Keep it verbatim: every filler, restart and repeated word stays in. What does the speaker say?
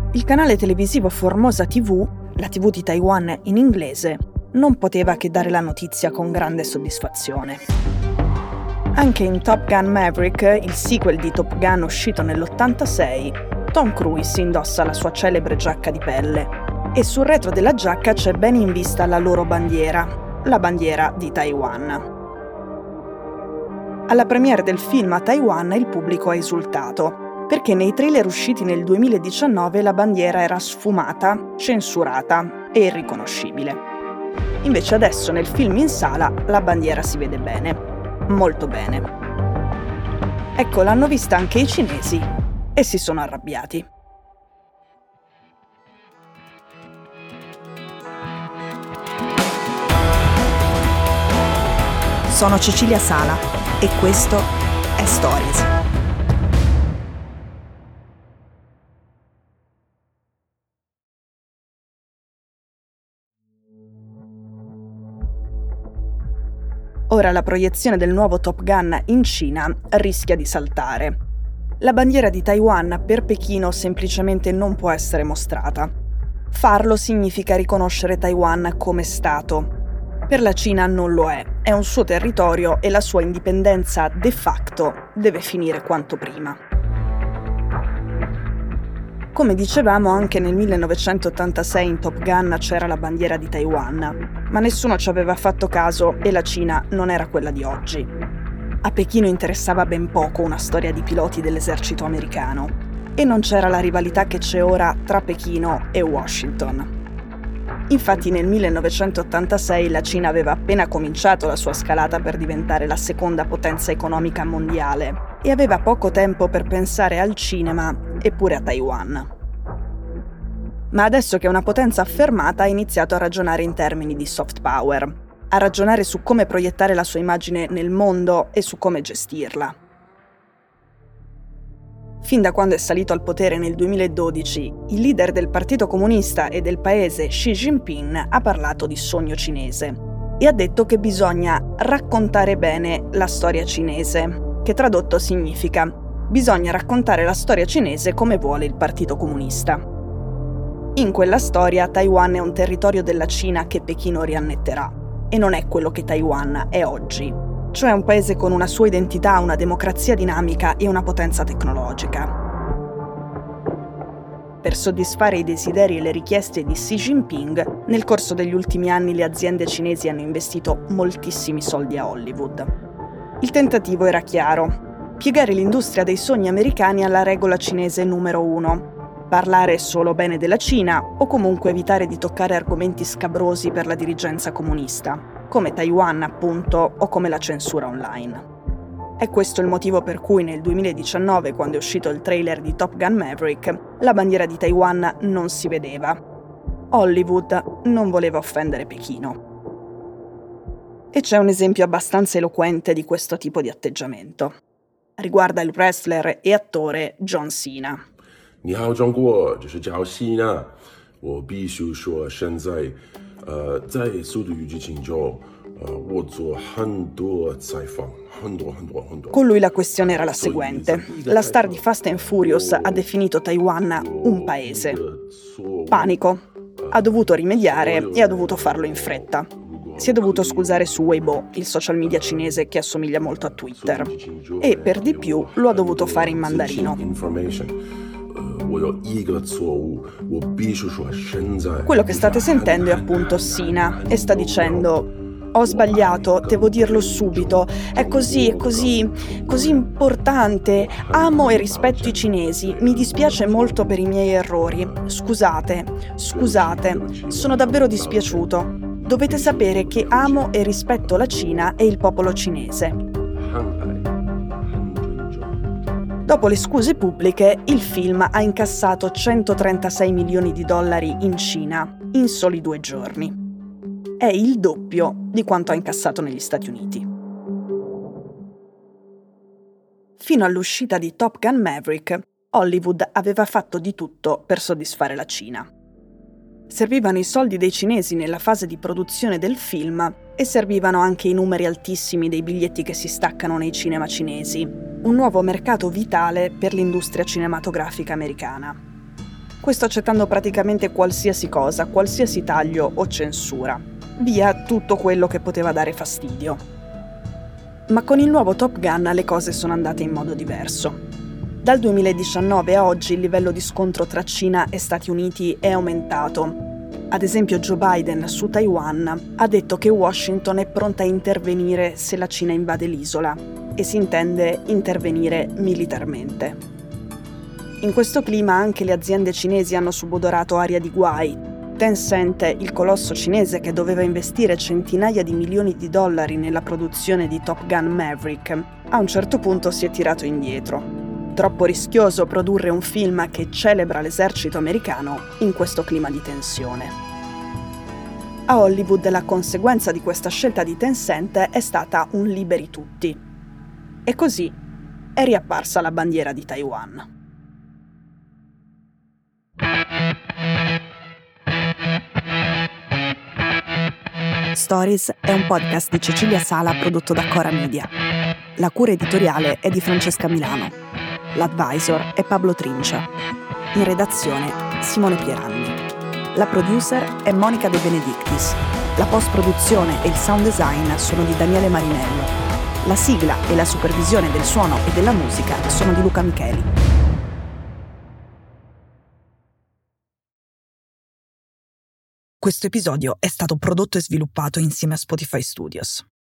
Il canale televisivo Formosa tivù, la tivù di Taiwan in inglese, non poteva che dare la notizia con grande soddisfazione. Anche in Top Gun Maverick, il sequel di Top Gun uscito nell'ottantasei, Tom Cruise indossa la sua celebre giacca di pelle e sul retro della giacca c'è ben in vista la loro bandiera, la bandiera di Taiwan. Alla premiere del film a Taiwan il pubblico ha esultato, perché nei trailer usciti nel duemiladiciannove la bandiera era sfumata, censurata e irriconoscibile. Invece adesso nel film in sala la bandiera si vede bene, molto bene. Ecco, l'hanno vista anche i cinesi e si sono arrabbiati. Sono Cecilia Sala e questo è Stories. Ora la proiezione del nuovo Top Gun in Cina rischia di saltare. La bandiera di Taiwan per Pechino semplicemente non può essere mostrata. Farlo significa riconoscere Taiwan come Stato. Per la Cina non lo è, è un suo territorio e la sua indipendenza de facto deve finire quanto prima. Come dicevamo, anche nel millenovecentottantasei in Top Gun c'era la bandiera di Taiwan, ma nessuno ci aveva fatto caso e la Cina non era quella di oggi. A Pechino interessava ben poco una storia di piloti dell'esercito americano e non c'era la rivalità che c'è ora tra Pechino e Washington. Infatti nel millenovecentottantasei la Cina aveva appena cominciato la sua scalata per diventare la seconda potenza economica mondiale e aveva poco tempo per pensare al cinema e pure a Taiwan. Ma adesso che è una potenza affermata ha iniziato a ragionare in termini di soft power, a ragionare su come proiettare la sua immagine nel mondo e su come gestirla. Fin da quando è salito al potere nel duemiladodici, il leader del Partito Comunista e del paese Xi Jinping ha parlato di sogno cinese e ha detto che bisogna raccontare bene la storia cinese, che tradotto significa bisogna raccontare la storia cinese come vuole il Partito Comunista. In quella storia Taiwan è un territorio della Cina che Pechino riannetterà e non è quello che Taiwan è oggi. Cioè un paese con una sua identità, una democrazia dinamica e una potenza tecnologica. Per soddisfare i desideri e le richieste di Xi Jinping, nel corso degli ultimi anni le aziende cinesi hanno investito moltissimi soldi a Hollywood. Il tentativo era chiaro: piegare l'industria dei sogni americani alla regola cinese numero uno, parlare solo bene della Cina o comunque evitare di toccare argomenti scabrosi per la dirigenza comunista, come Taiwan appunto o come la censura online. È questo il motivo per cui nel duemiladiciannove, quando è uscito il trailer di Top Gun Maverick, la bandiera di Taiwan non si vedeva. Hollywood non voleva offendere Pechino. E c'è un esempio abbastanza eloquente di questo tipo di atteggiamento. Riguarda il wrestler e attore John Cena. 你好，中国，这是赵西娜。我必须说，现在，呃，在速度与激情中，呃，我做很多采访，很多很多很多。 Con lui la questione era la seguente. La star di Fast and Furious ha definito Taiwan un paese. Panico. Ha dovuto rimediare e ha dovuto farlo in fretta. Si è dovuto scusare su Weibo, il social media cinese che assomiglia molto a Twitter. E per di più lo ha dovuto fare in mandarino. Quello che state sentendo è appunto Cena e sta dicendo: ho sbagliato, devo dirlo subito, è così, è così, così importante, amo e rispetto i cinesi, mi dispiace molto per i miei errori, scusate, scusate, sono davvero dispiaciuto, dovete sapere che amo e rispetto la Cina e il popolo cinese. Dopo le scuse pubbliche, il film ha incassato centotrentasei milioni di dollari in Cina in soli due giorni. È il doppio di quanto ha incassato negli Stati Uniti. Fino all'uscita di Top Gun Maverick, Hollywood aveva fatto di tutto per soddisfare la Cina. Servivano i soldi dei cinesi nella fase di produzione del film e servivano anche i numeri altissimi dei biglietti che si staccano nei cinema cinesi, un nuovo mercato vitale per l'industria cinematografica americana. questo accettando praticamente qualsiasi cosa, qualsiasi taglio o censura. Via tutto quello che poteva dare fastidio. Ma con il nuovo Top Gun le cose sono andate in modo diverso. Dal duemiladiciannove a oggi il livello di scontro tra Cina e Stati Uniti è aumentato. Ad esempio Joe Biden su Taiwan ha detto che Washington è pronta a intervenire se la Cina invade l'isola, e si intende intervenire militarmente. In questo clima anche le aziende cinesi hanno subodorato aria di guai. Tencent, il colosso cinese che doveva investire centinaia di milioni di dollari nella produzione di Top Gun Maverick, a un certo punto si è tirato indietro. Troppo rischioso produrre un film che celebra l'esercito americano in questo clima di tensione. A Hollywood la conseguenza di questa scelta di Tencent è stata un liberi tutti. E così è riapparsa la bandiera di Taiwan. Stories è un podcast di Cecilia Sala prodotto da Cora Media. La cura editoriale è di Francesca Milano. L'advisor è Pablo Trincia. In redazione Simone Pieranni. La producer è Monica De Benedictis. La post-produzione e il sound design sono di Daniele Marinello. La sigla e la supervisione del suono e della musica sono di Luca Micheli. Questo episodio è stato prodotto e sviluppato insieme a Spotify Studios.